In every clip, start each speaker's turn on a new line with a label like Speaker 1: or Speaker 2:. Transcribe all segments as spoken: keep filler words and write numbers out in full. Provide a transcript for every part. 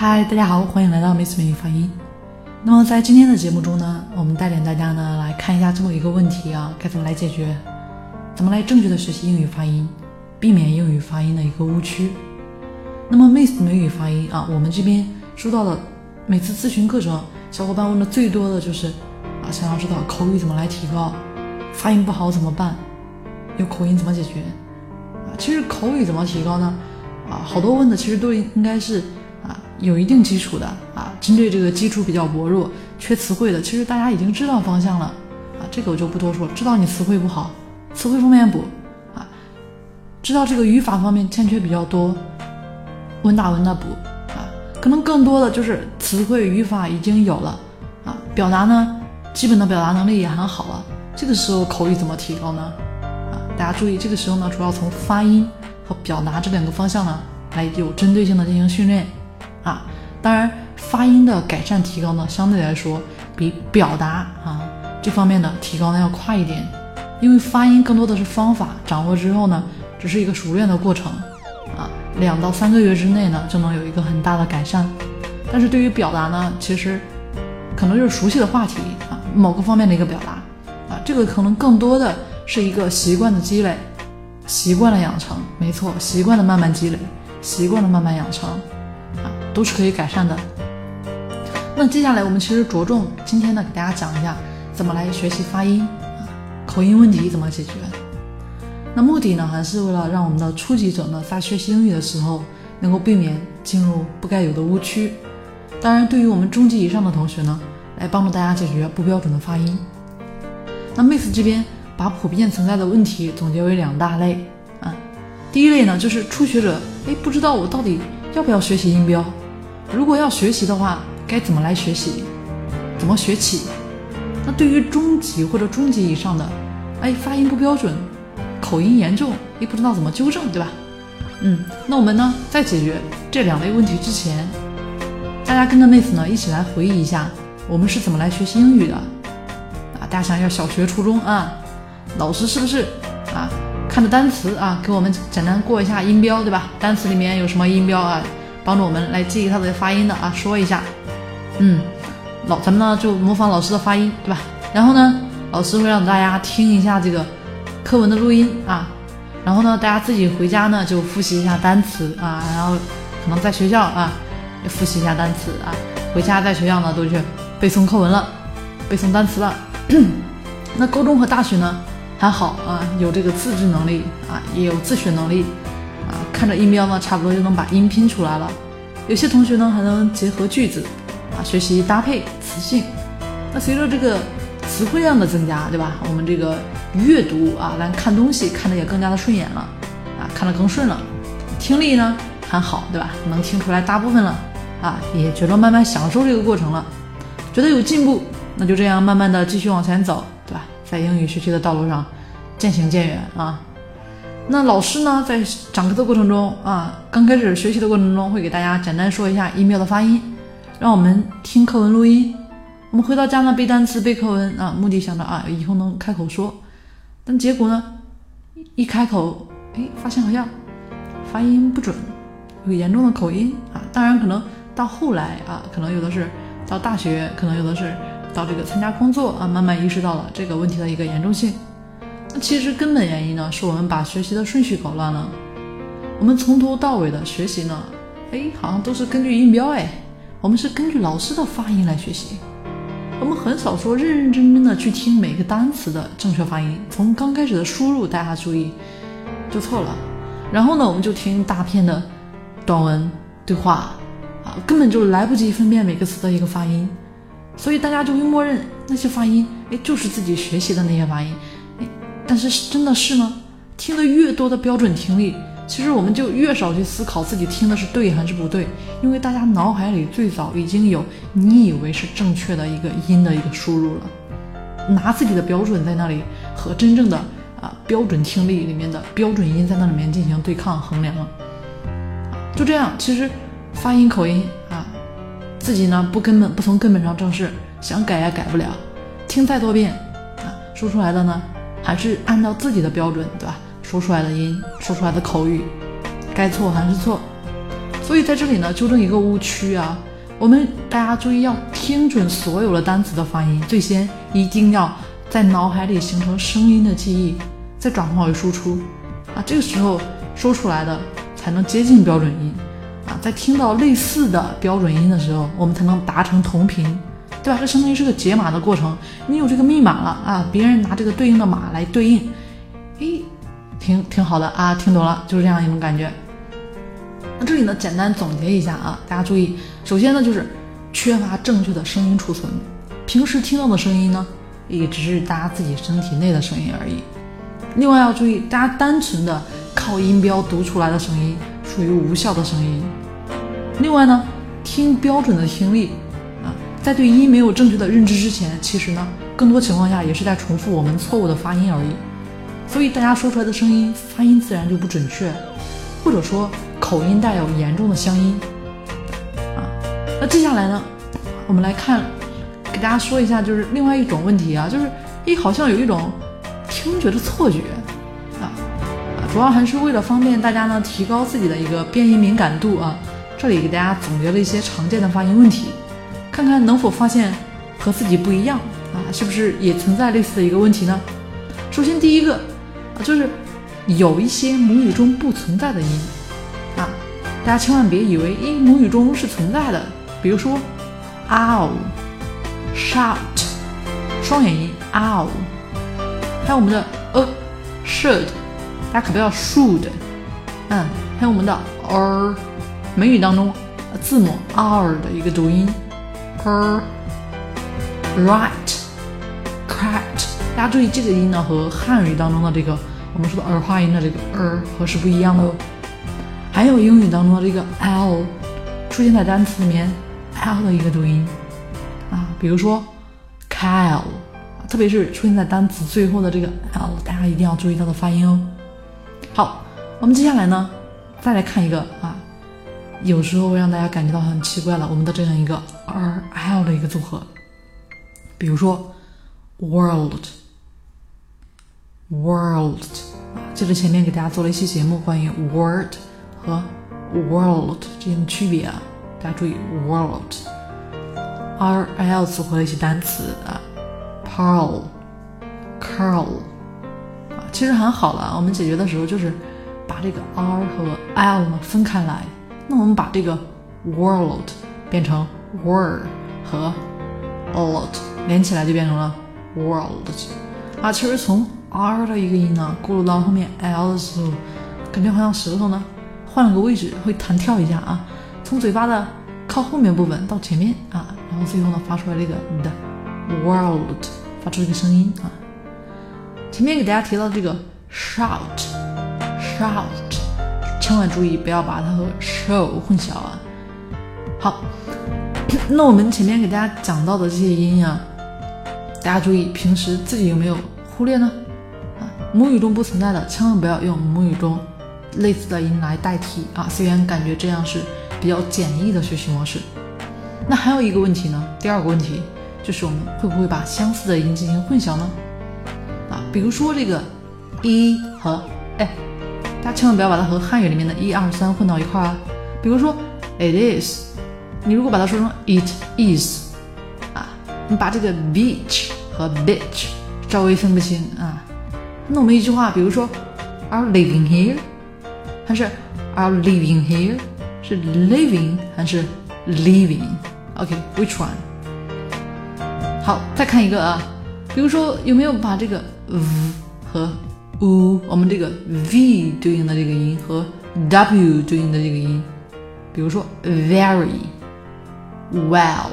Speaker 1: 嗨，大家好，欢迎来到 Miss 美语发音。那么在今天的节目中呢，我们带领大家呢来看一下这么一个问题啊，该怎么来解决，怎么来正确的学习英语发音，避免英语发音的一个误区。那么 Miss 美语发音啊，我们这边收到的每次咨询课程，小伙伴问的最多的就是啊，想要知道口语怎么来提高，发音不好怎么办，有口音怎么解决啊？其实口语怎么提高呢？啊，好多问的其实都应该是啊有一定基础的啊，针对这个基础比较薄弱、缺词汇的，其实大家已经知道方向了啊，这个我就不多说。知道你词汇不好，词汇方面补啊；知道这个语法方面欠缺比较多，稳打稳打补啊。可能更多的就是词汇、语法已经有了啊，表达呢，基本的表达能力也很好了。这个时候口语怎么提高呢？啊，大家注意，这个时候呢，主要从发音和表达这两个方向呢，来有针对性的进行训练啊。当然，发音的改善提高呢，相对来说比表达啊这方面的提高呢要快一点，因为发音更多的是方法，掌握之后呢，只是一个熟练的过程啊，两到三个月之内呢，就能有一个很大的改善。但是对于表达呢，其实可能就是熟悉的话题啊，某个方面的一个表达啊，这个可能更多的是一个习惯的积累。习惯的养成，没错，习惯的慢慢积累，习惯的慢慢养成啊，都是可以改善的。那接下来我们其实着重今天呢，给大家讲一下怎么来学习发音啊，口音问题怎么解决。那目的呢，还是为了让我们的初级者呢，在学习英语的时候能够避免进入不该有的误区。当然，对于我们中级以上的同学呢，来帮助大家解决不标准的发音。那 Miss 这边把普遍存在的问题总结为两大类啊。第一类呢，就是初学者哎，不知道我到底要不要学习音标，如果要学习的话，该怎么来学习，怎么学起。那对于中级或者中级以上的，哎，发音不标准，口音严重，哎，不知道怎么纠正，对吧？嗯，那我们呢，在解决这两类问题之前，大家跟着 Miss 呢一起来回忆一下，我们是怎么来学习英语的啊？大家想一下，小学、初中啊，老师是不是啊看着单词啊给我们简单过一下音标，对吧？单词里面有什么音标啊，帮助我们来记忆它的发音的啊，说一下。嗯，老咱们呢就模仿老师的发音，对吧？然后呢，老师会让大家听一下这个课文的录音啊，然后呢，大家自己回家呢就复习一下单词啊，然后可能在学校啊也复习一下单词啊，回家在学校呢都去背诵课文了，背诵单词了。那高中和大学呢还好啊，有这个自制能力啊，也有自学能力啊，看着音标呢差不多就能把音拼出来了。有些同学呢还能结合句子啊，学习搭配词性。那随着这个词汇量的增加，对吧？我们这个阅读啊，来看东西看得也更加的顺眼了啊，看得更顺了。听力呢还好，对吧？能听出来大部分了啊，也觉得慢慢享受这个过程了，觉得有进步，那就这样慢慢的继续往前走，对吧？在英语学习的道路上渐行渐远啊。那老师呢，在讲课的过程中啊，刚开始学习的过程中，会给大家简单说一下音标的发音，让我们听课文录音。我们回到家呢，背单词背课文啊，目的想着啊，以后能开口说。但结果呢，一开口，哎，发现好像发音不准，有严重的口音啊。当然可能到后来啊，可能有的是到大学，可能有的是到这个参加工作啊，慢慢意识到了这个问题的一个严重性。那其实根本原因呢，是我们把学习的顺序搞乱了。我们从头到尾的学习呢，哎，好像都是根据音标，哎，我们是根据老师的发音来学习。我们很少说认认真真的去听每个单词的正确发音，从刚开始的输入，大家注意就错了。然后呢，我们就听大片的短文对话啊，根本就来不及分辨每个词的一个发音。所以大家就会默认那些发音，哎，就是自己学习的那些发音，哎，但是真的是吗？听得越多的标准听力，其实我们就越少去思考自己听的是对还是不对，因为大家脑海里最早已经有你以为是正确的一个音的一个输入了，拿自己的标准在那里和真正的啊标准听力里面的标准音在那里面进行对抗衡量了。就这样，其实发音口音啊。自己呢不根本不从根本上正视，想改也改不了，听再多遍啊，说出来的呢还是按照自己的标准，对吧？说出来的音，说出来的口语，该错还是错。 所以在这里呢，纠正一个误区啊，我们大家注意要听准所有的单词的发音，最先一定要在脑海里形成声音的记忆，再转化为输出啊，这个时候说出来的才能接近标准音啊，在听到类似的标准音的时候，我们才能达成同频，对吧？这相当于是个解码的过程，你有这个密码了啊，别人拿这个对应的码来对应，诶，挺挺好的啊，听懂了，就是这样一种感觉。那这里呢，简单总结一下啊，大家注意，首先呢就是缺乏正确的声音储存，平时听到的声音呢，也只是大家自己身体内的声音而已。另外要注意，大家单纯的靠音标读出来的声音属于无效的声音。另外呢，听标准的听力啊，在对音没有正确的认知之前，其实呢，更多情况下也是在重复我们错误的发音而已。所以大家说出来的声音发音自然就不准确，或者说口音带有严重的乡音啊。那接下来呢，我们来看，给大家说一下，就是另外一种问题啊，就是诶，好像有一种听觉的错觉啊，啊，主要还是为了方便大家呢提高自己的一个变音敏感度啊。这里给大家总结了一些常见的发音问题，看看能否发现和自己不一样啊，是不是也存在类似的一个问题呢？首先第一个啊，就是有一些母语中不存在的音啊，大家千万别以为诶母语中是存在的，比如说 ow、shout 双元音 ow， 还有我们的 a should， 大家可不要 should， 嗯，还有我们的 r， 美语当中字母 r 的一个读音 r right correct， 大家注意这个音呢和汉语当中的这个我们说的儿化音的这个 r 和是不一样的哦。还有英语当中的这个 l 出现在单词里面 l 的一个读音啊，比如说 Kyle， 特别是出现在单词最后的这个 l， 大家一定要注意它的发音哦。好，我们接下来呢再来看一个啊，有时候会让大家感觉到很奇怪了，我们的这样一个 r l 的一个组合，比如说 world world 啊，这是前面给大家做了一期节目关于 word 和 world 之间的区别啊，大家注意 world r l 组合的一些单词啊 pearl curl 啊，其实很好了，我们解决的时候就是把这个 r 和 l 呢分开来，那我们把这个 world 变成 word 和 old 连起来就变成了 world 啊。其实从 r 的一个音呢过渡到后面 l 的时候，感觉好像舌头呢换了个位置，会弹跳一下啊，从嘴巴的靠后面部分到前面啊，然后最后呢发出来这个你的 world， 发出这个声音啊。前面给大家提到这个 shout shout， 千万注意不要把它和 show 混淆啊。好，那我们前面给大家讲到的这些音啊，大家注意平时自己有没有忽略呢？啊，母语中不存在的千万不要用母语中类似的音来代替啊，虽然感觉这样是比较简易的学习模式。那还有一个问题呢，第二个问题就是我们会不会把相似的音进行混淆呢？啊，比如说这个一和哎，大家千万不要把它和汉语里面的一二三混到一块啊。比如说 it is， 你如果把它说成 it is 啊，你把这个 beach 和 bitch 稍微分不清啊。那我们一句话，比如说 are living here， 还是 are living here， 是 living 还是 living？ OK which one？ 好，再看一个啊，比如说有没有把这个 v 和 u 我们这个 v 对应的这个音和 w 对应的这个音，比如说 very well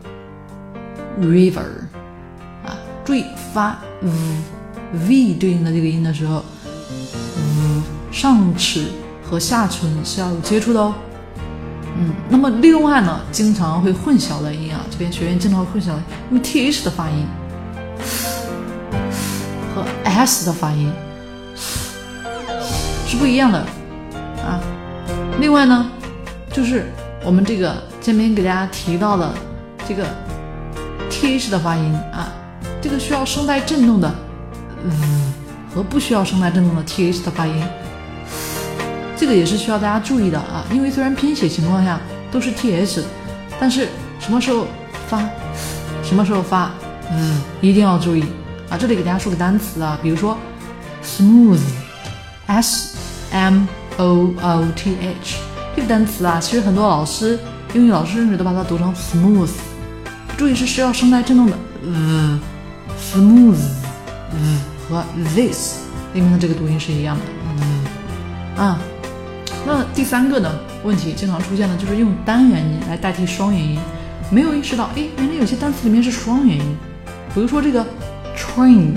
Speaker 1: river 啊，注意发 v v 对应的这个音的时候，嗯，上齿和下唇是要有接触的哦。嗯，那么另外呢，经常会混淆的音啊，这边学员经常会混淆的，那么 th 的发音和 s 的发音是不一样的啊。另外呢，就是我们这个前面给大家提到的这个 th 的发音啊，这个需要声带振动的。嗯，和不需要声带振动的 th 的发音这个也是需要大家注意的啊，因为虽然拼写情况下都是 th， 但是什么时候发，什么时候发，嗯，一定要注意啊。这里给大家说个单词啊，比如说 smooth，s m o o t h 这个单词啊，其实很多老师英语老师甚至都把它读成 smooth， 注意是需要声带振动的，嗯 smooth， 嗯和 this 因为它这个读音是一样的，嗯啊。那第三个呢问题经常出现的就是用单元音来代替双元音，没有意识到，哎，原来有些单词里面是双元音，比如说这个 train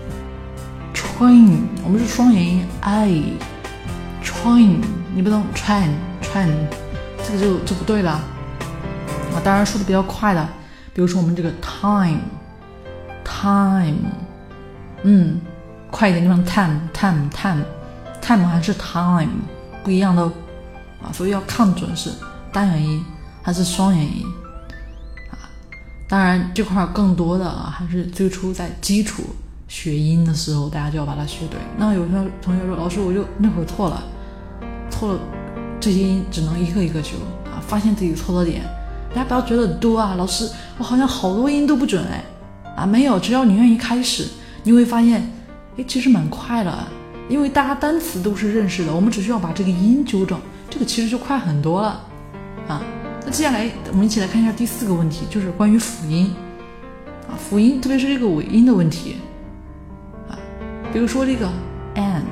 Speaker 1: train 我们是双元音 i train， 你不能 train train， 这个就就不对了啊。当然说的比较快的，比如说我们这个 time time， 嗯，快一点地方 time time time time 还是 time不一样的哦啊，所以要看准是单元音还是双元音啊。当然这块更多的啊还是最初在基础学音的时候，大家就要把它学对。那有些同学说，老师我就那会儿错了，错了这些音只能一个一个修啊，发现自己错了点。大家不要觉得多啊，老师我好像好多音都不准哎啊，没有，只要你愿意开始，你会发现，哎，其实蛮快了。因为大家单词都是认识的，我们只需要把这个音纠正，这个其实就快很多了啊。那接下来我们一起来看一下第四个问题，就是关于辅音啊，辅音特别是这个尾音的问题啊，比如说这个 and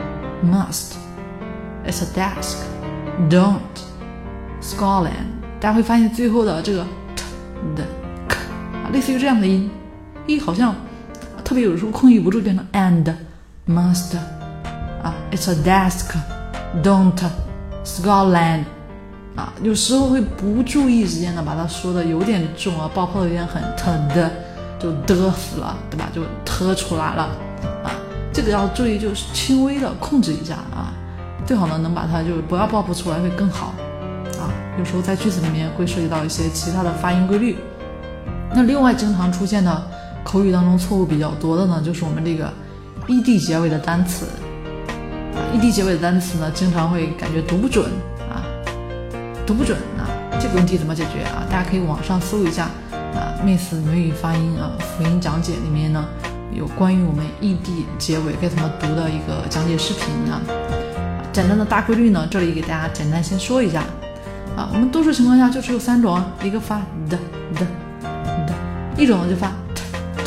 Speaker 1: must it's a desk don't Scotland， 大家会发现最后的这个 t 的 k 啊，类似于这样的音，一好像特别有时候控制不住变成 and must啊 it's a desk don't Scotland 啊，有时候会不注意之间的把它说的有点重啊，爆破的有点狠，特的就的死了，对吧？就特出来了啊，这个要注意，就是轻微的控制一下啊，最好呢能把它就不要爆破出来会更好啊。有时候在句子里面会涉及到一些其他的发音规律。那另外经常出现的口语当中错误比较多的呢，就是我们这个 ed 结尾的单词啊 ，ed 结尾的单词呢，经常会感觉读不准啊，读不准啊，这个问题怎么解决啊？大家可以网上搜一下啊 ，Miss 美语发音啊辅音讲解里面呢有关于我们 ed 结尾该怎么读的一个讲解视频呢。简单的大规律呢，这里给大家简单先说一下啊，我们多数情况下就只有三种，一个发的的的，一种呢就发 t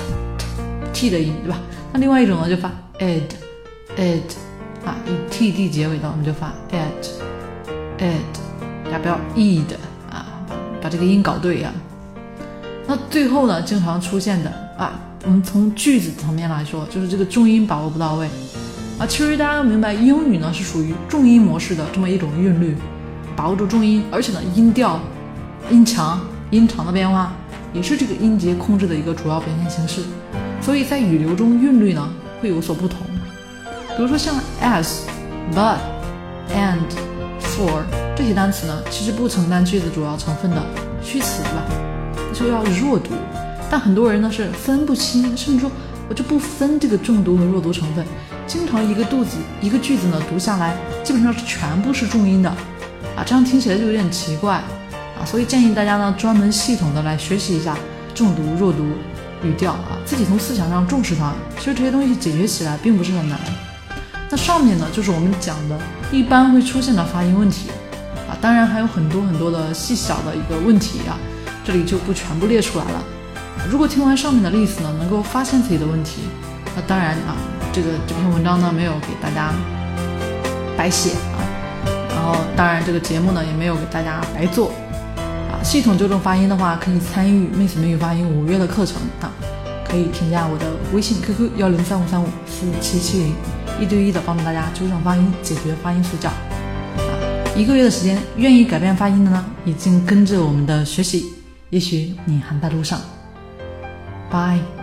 Speaker 1: t t 的音，对吧？那另外一种呢就发 ed ed 啊，以 td 结尾的我们就发 ed ed， 大家不要 ed 啊，把把这个音搞对呀、啊。那最后呢，经常出现的啊，我们从句子层面来说，就是这个重音把握不到位啊。其实大家要明白，英语呢是属于重音模式的这么一种韵律，把握住重音，而且呢音调、音强、音长的变化也是这个音节控制的一个主要表现形式。所以在语流中韵律呢会有所不同，比如说像 as、but、and、for 这些单词呢，其实不承担句子主要成分的虚词，对吧？就要弱读，但很多人呢是分不清，甚至说我就不分这个重读和弱读成分，经常一个肚子一个句子呢读下来基本上是全部是重音的啊，这样听起来就有点奇怪啊，所以建议大家呢专门系统的来学习一下重读弱读语调啊，自己从思想上重视它，其实这些东西解决起来并不是很难。那上面呢就是我们讲的一般会出现的发音问题啊，当然还有很多很多的细小的一个问题啊，这里就不全部列出来了。如果听完上面的例子呢，能够发现自己的问题，那当然啊，这个这篇文章呢没有给大家白写啊，然后当然这个节目呢也没有给大家白做。系统纠正发音的话，可以参与 Miss 美语发音五月的课程啊，可以添加我的微信 Q Q 幺零三五三五四七七零，一对一的帮助大家纠正发音，解决发音死角。啊，一个月的时间，愿意改变发音的呢，已经跟着我们的学习，也许你还在路上。拜。